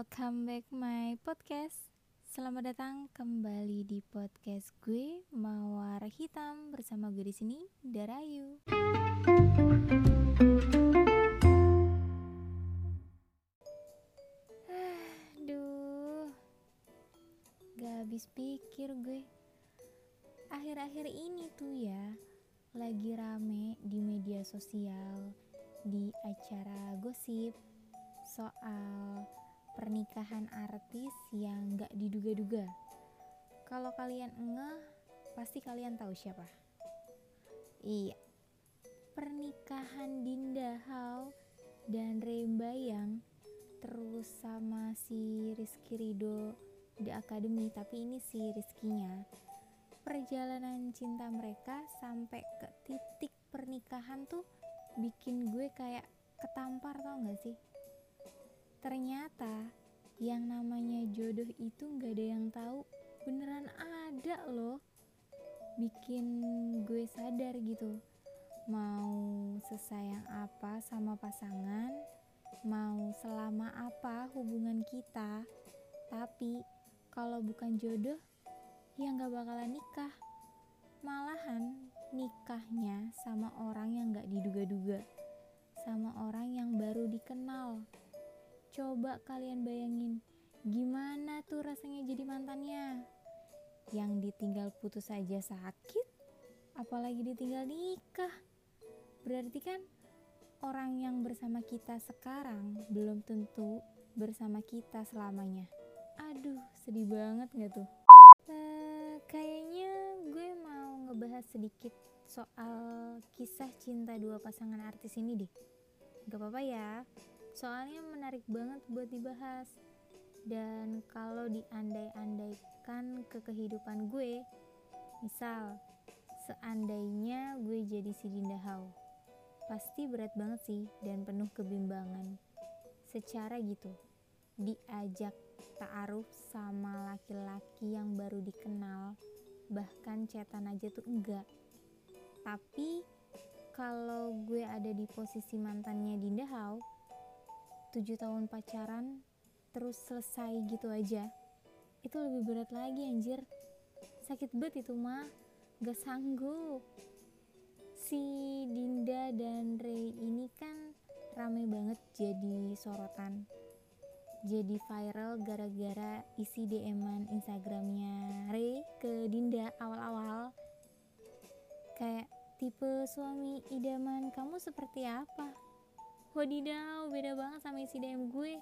welcome back my podcast. Selamat datang kembali di podcast gue Mawar Hitam bersama gue di sini Darayu. Aduh, gak habis pikir gue. Akhir-akhir ini tuh ya lagi rame di media sosial, di acara gosip soal pernikahan artis yang gak diduga-duga. Kalau kalian ngeh, pasti kalian tahu siapa. Iya, pernikahan Dinda Hao dan Rembayang, terus sama si Rizky Ridho The Academy, tapi ini si Rizkynya. Perjalanan cinta mereka sampai ke titik pernikahan tuh bikin gue kayak ketampar, tau gak sih? Ternyata yang namanya jodoh itu gak ada yang tahu, beneran ada loh. Bikin gue sadar gitu, mau sesayang apa sama pasangan, mau selama apa hubungan kita, tapi kalau bukan jodoh ya gak bakalan nikah. Malahan nikahnya sama orang yang gak diduga-duga, sama orang yang baru dikenal. Coba kalian bayangin, gimana tuh rasanya jadi mantannya? Yang ditinggal putus aja sakit, apalagi ditinggal nikah. Berarti kan orang yang bersama kita sekarang belum tentu bersama kita selamanya. Aduh, sedih banget gak tuh? Kayaknya gue mau ngebahas sedikit soal kisah cinta dua pasangan artis ini deh. Gak apa-apa ya? Soalnya menarik banget buat dibahas. Dan kalau diandai-andaikan ke kehidupan gue, misal seandainya gue jadi si Dinda Hao, pasti berat banget sih dan penuh kebimbangan. Secara gitu, diajak ta'aruf sama laki-laki yang baru dikenal, bahkan chatan aja tuh enggak. Tapi kalau gue ada di posisi mantannya Dinda Hao, 7 tahun pacaran terus selesai gitu aja, itu lebih berat lagi anjir. Sakit banget itu mah, gak sanggup. Si Dinda dan Ray ini kan rame banget jadi sorotan, jadi viral gara-gara isi DM-an Instagramnya Ray ke Dinda awal-awal. Kayak, tipe suami idaman kamu seperti apa? Wadidaw, beda banget sama isi DM gue.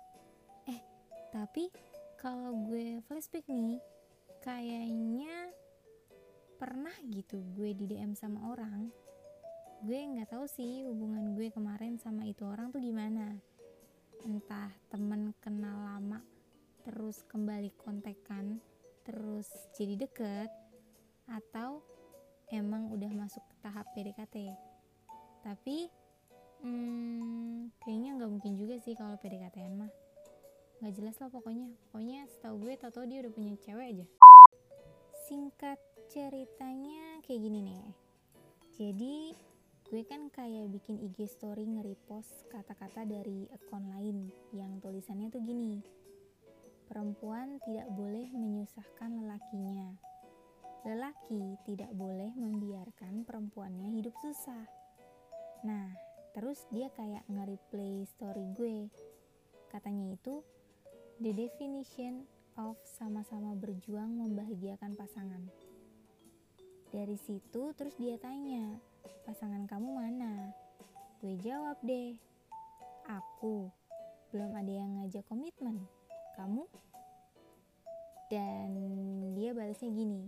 Tapi kalau gue flashback nih, kayaknya pernah gitu gue di DM sama orang. Gue gak tahu sih hubungan gue kemarin sama itu orang tuh gimana. Entah temen kenal lama terus kembali kontekan terus jadi deket, atau emang udah masuk ke tahap PDKT. Tapi kayaknya gak mungkin juga sih kalau PDKT-an mah. Gak jelas lah pokoknya setahu gue tau-tau dia udah punya cewek aja. Singkat ceritanya kayak gini nih. Jadi gue kan kayak bikin IG story nge-repost kata-kata dari akun lain yang tulisannya tuh gini: perempuan tidak boleh menyusahkan lelakinya, lelaki tidak boleh membiarkan perempuannya hidup susah. Nah, terus dia kayak nge-replay story gue. Katanya itu, the definition of sama-sama berjuang membahagiakan pasangan. Dari situ terus dia tanya, pasangan kamu mana? Gue jawab deh, aku. Belum ada yang ngajak komitmen. Kamu? Dan dia balasnya gini,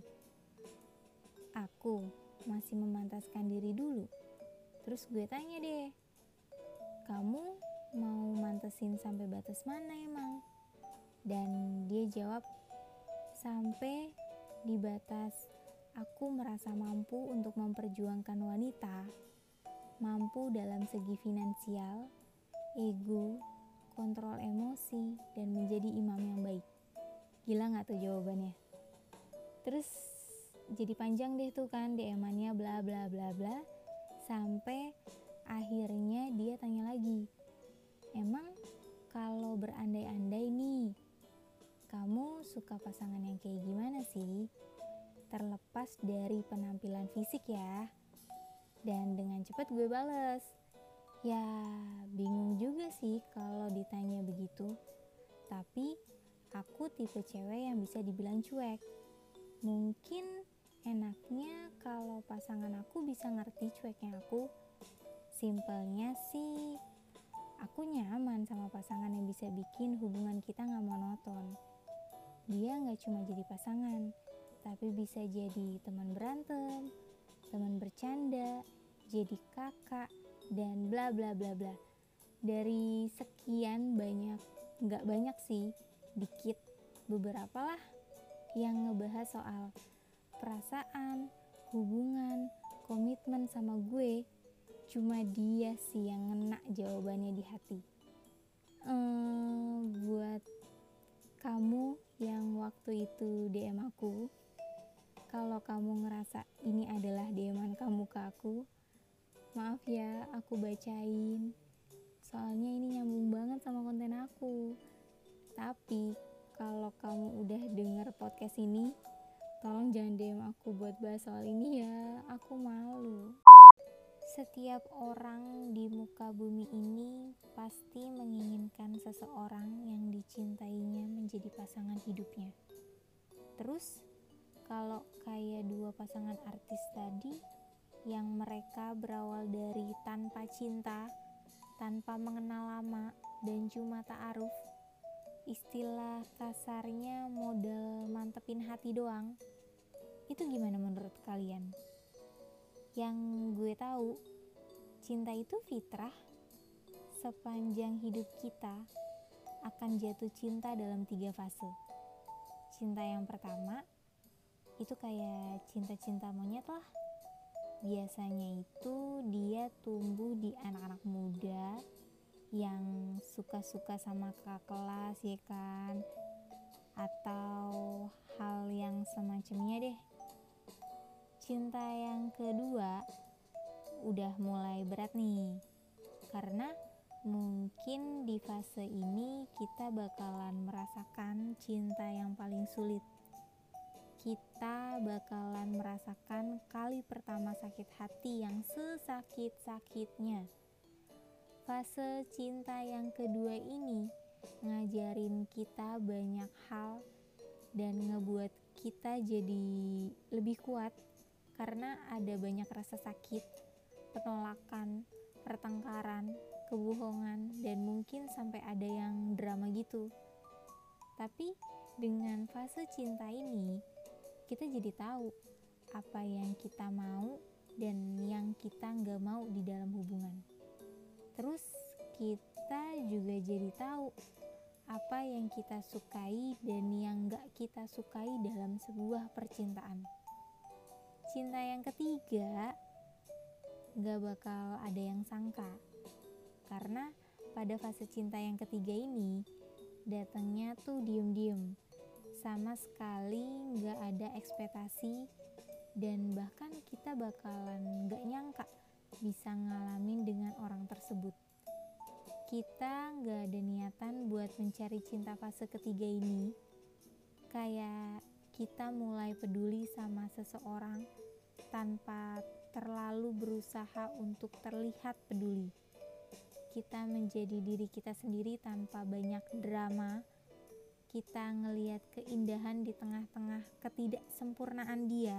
aku masih memantaskan diri dulu. Terus gue tanya deh, kamu mau mantesin sampai batas mana emang? Dan dia jawab, sampai di batas aku merasa mampu untuk memperjuangkan wanita, mampu dalam segi finansial, ego, kontrol emosi, dan menjadi imam yang baik. Gila gak tuh jawabannya? Terus jadi panjang deh tuh kan DM-annya bla bla bla bla, sampai akhirnya dia tanya lagi, emang kalau berandai-andai nih suka pasangan yang kayak gimana sih? Terlepas dari penampilan fisik ya. Dan dengan cepat gue bales. Ya, bingung juga sih kalau ditanya begitu. Tapi aku tipe cewek yang bisa dibilang cuek. Mungkin enaknya kalau pasangan aku bisa ngerti cueknya aku. Simpelnya sih, aku nyaman sama pasangan yang bisa bikin hubungan kita gak monoton. Dia gak cuma jadi pasangan, tapi bisa jadi teman berantem, teman bercanda, jadi kakak, dan bla bla bla bla. Dari sekian banyak, gak banyak sih, dikit, beberapa lah yang ngebahas soal perasaan, hubungan, komitmen sama gue. Cuma dia sih yang ngena jawabannya di hati. Buat kamu yang waktu itu DM aku, kalau kamu ngerasa ini adalah DM-an kamu ke aku, maaf ya aku bacain. Soalnya ini nyambung banget sama konten aku. Tapi kalau kamu udah denger podcast ini, tolong jangan DM aku buat bahas soal ini ya, aku malu. Setiap orang di muka bumi ini pasti menginginkan seseorang yang dicintainya menjadi pasangan hidupnya. Terus, kalau kayak dua pasangan artis tadi yang mereka berawal dari tanpa cinta, tanpa mengenal lama, dan cuma ta'aruf, istilah kasarnya modal mantepin hati doang, itu gimana menurut kalian? Yang gue tahu, cinta itu fitrah. Sepanjang hidup kita akan jatuh cinta dalam 3 fase. Cinta yang pertama itu kayak cinta-cinta monyet lah. Biasanya itu dia tumbuh di anak-anak muda yang suka-suka sama kakak kelas ya kan, atau hal yang semacamnya deh. Cinta yang kedua udah mulai berat nih, karena mungkin di fase ini kita bakalan merasakan cinta yang paling sulit. Kita bakalan merasakan kali pertama sakit hati yang sesakit-sakitnya. Fase cinta yang kedua ini ngajarin kita banyak hal dan ngebuat kita jadi lebih kuat, karena ada banyak rasa sakit, penolakan, pertengkaran, kebohongan, dan mungkin sampai ada yang drama gitu. Tapi dengan fase cinta ini, kita jadi tahu apa yang kita mau dan yang kita gak mau di dalam hubungan. Terus kita juga jadi tahu apa yang kita sukai dan yang gak kita sukai dalam sebuah percintaan. Cinta yang ketiga gak bakal ada yang sangka, karena pada fase cinta yang ketiga ini datangnya tuh diem-diem, sama sekali gak ada ekspektasi, dan bahkan kita bakalan gak nyangka bisa ngalamin dengan orang tersebut. Kita gak ada niatan buat mencari cinta fase ketiga ini. Kayak kita mulai peduli sama seseorang tanpa terlalu berusaha untuk terlihat peduli. Kita menjadi diri kita sendiri tanpa banyak drama. Kita ngelihat keindahan di tengah-tengah ketidaksempurnaan dia.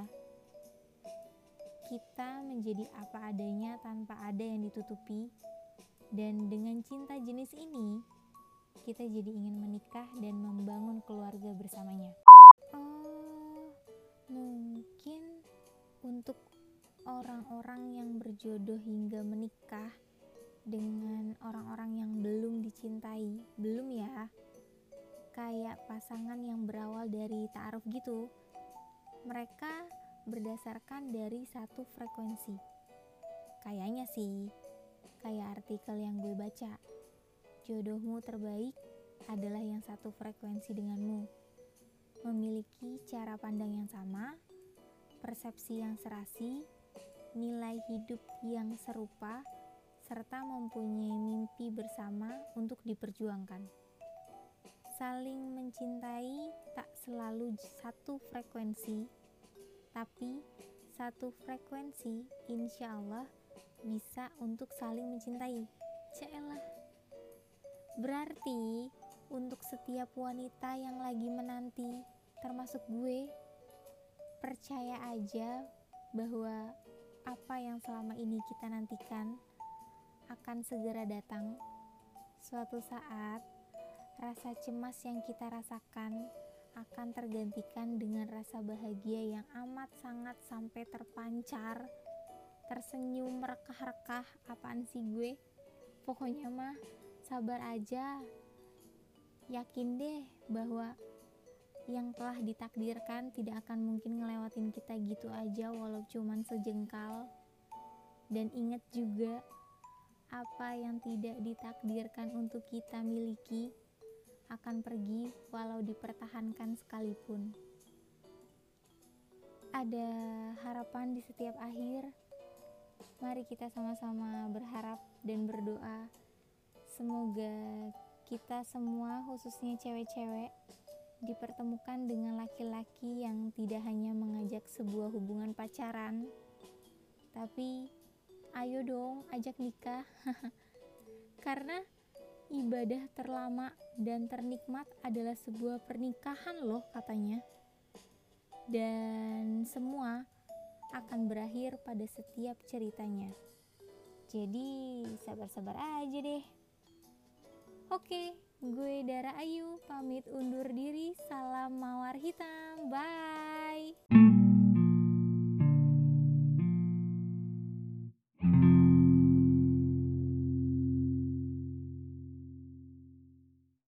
Kita menjadi apa adanya tanpa ada yang ditutupi. Dan dengan cinta jenis ini, kita jadi ingin menikah dan membangun keluarga bersamanya. Mungkin untuk orang-orang yang berjodoh hingga menikah dengan orang-orang yang belum dicintai, belum ya, kayak pasangan yang berawal dari ta'aruf gitu, mereka berdasarkan dari satu frekuensi. Kayaknya sih, kayak artikel yang gue baca, jodohmu terbaik adalah yang satu frekuensi denganmu, memiliki cara pandang yang sama, persepsi yang serasi, nilai hidup yang serupa, serta mempunyai mimpi bersama untuk diperjuangkan. saling mencintai tak selalu satu frekuensi, tapi satu frekuensi insya Allah bisa untuk saling mencintai. Cielah. Berarti untuk setiap wanita yang lagi menanti, termasuk gue, percaya aja bahwa apa yang selama ini kita nantikan akan segera datang. Suatu saat, rasa cemas yang kita rasakan akan tergantikan dengan rasa bahagia yang amat sangat sampai terpancar, tersenyum merekah-rekah. Apaan sih gue? Pokoknya mah sabar aja. Yakin deh bahwa yang telah ditakdirkan tidak akan mungkin ngelewatin kita gitu aja walau cuman sejengkal. Dan ingat juga, apa yang tidak ditakdirkan untuk kita miliki akan pergi walau dipertahankan sekalipun. Ada harapan di setiap akhir. Mari kita sama-sama berharap dan berdoa. Semoga kita semua, khususnya cewek-cewek, dipertemukan dengan laki-laki yang tidak hanya mengajak sebuah hubungan pacaran, tapi ayo dong ajak nikah. Karena ibadah terlama dan ternikmat adalah sebuah pernikahan loh katanya. Dan semua akan berakhir pada setiap ceritanya. Jadi sabar-sabar aja deh. Oke, gue Dara Ayu pamit undur diri. Salam mawar hitam. Bye.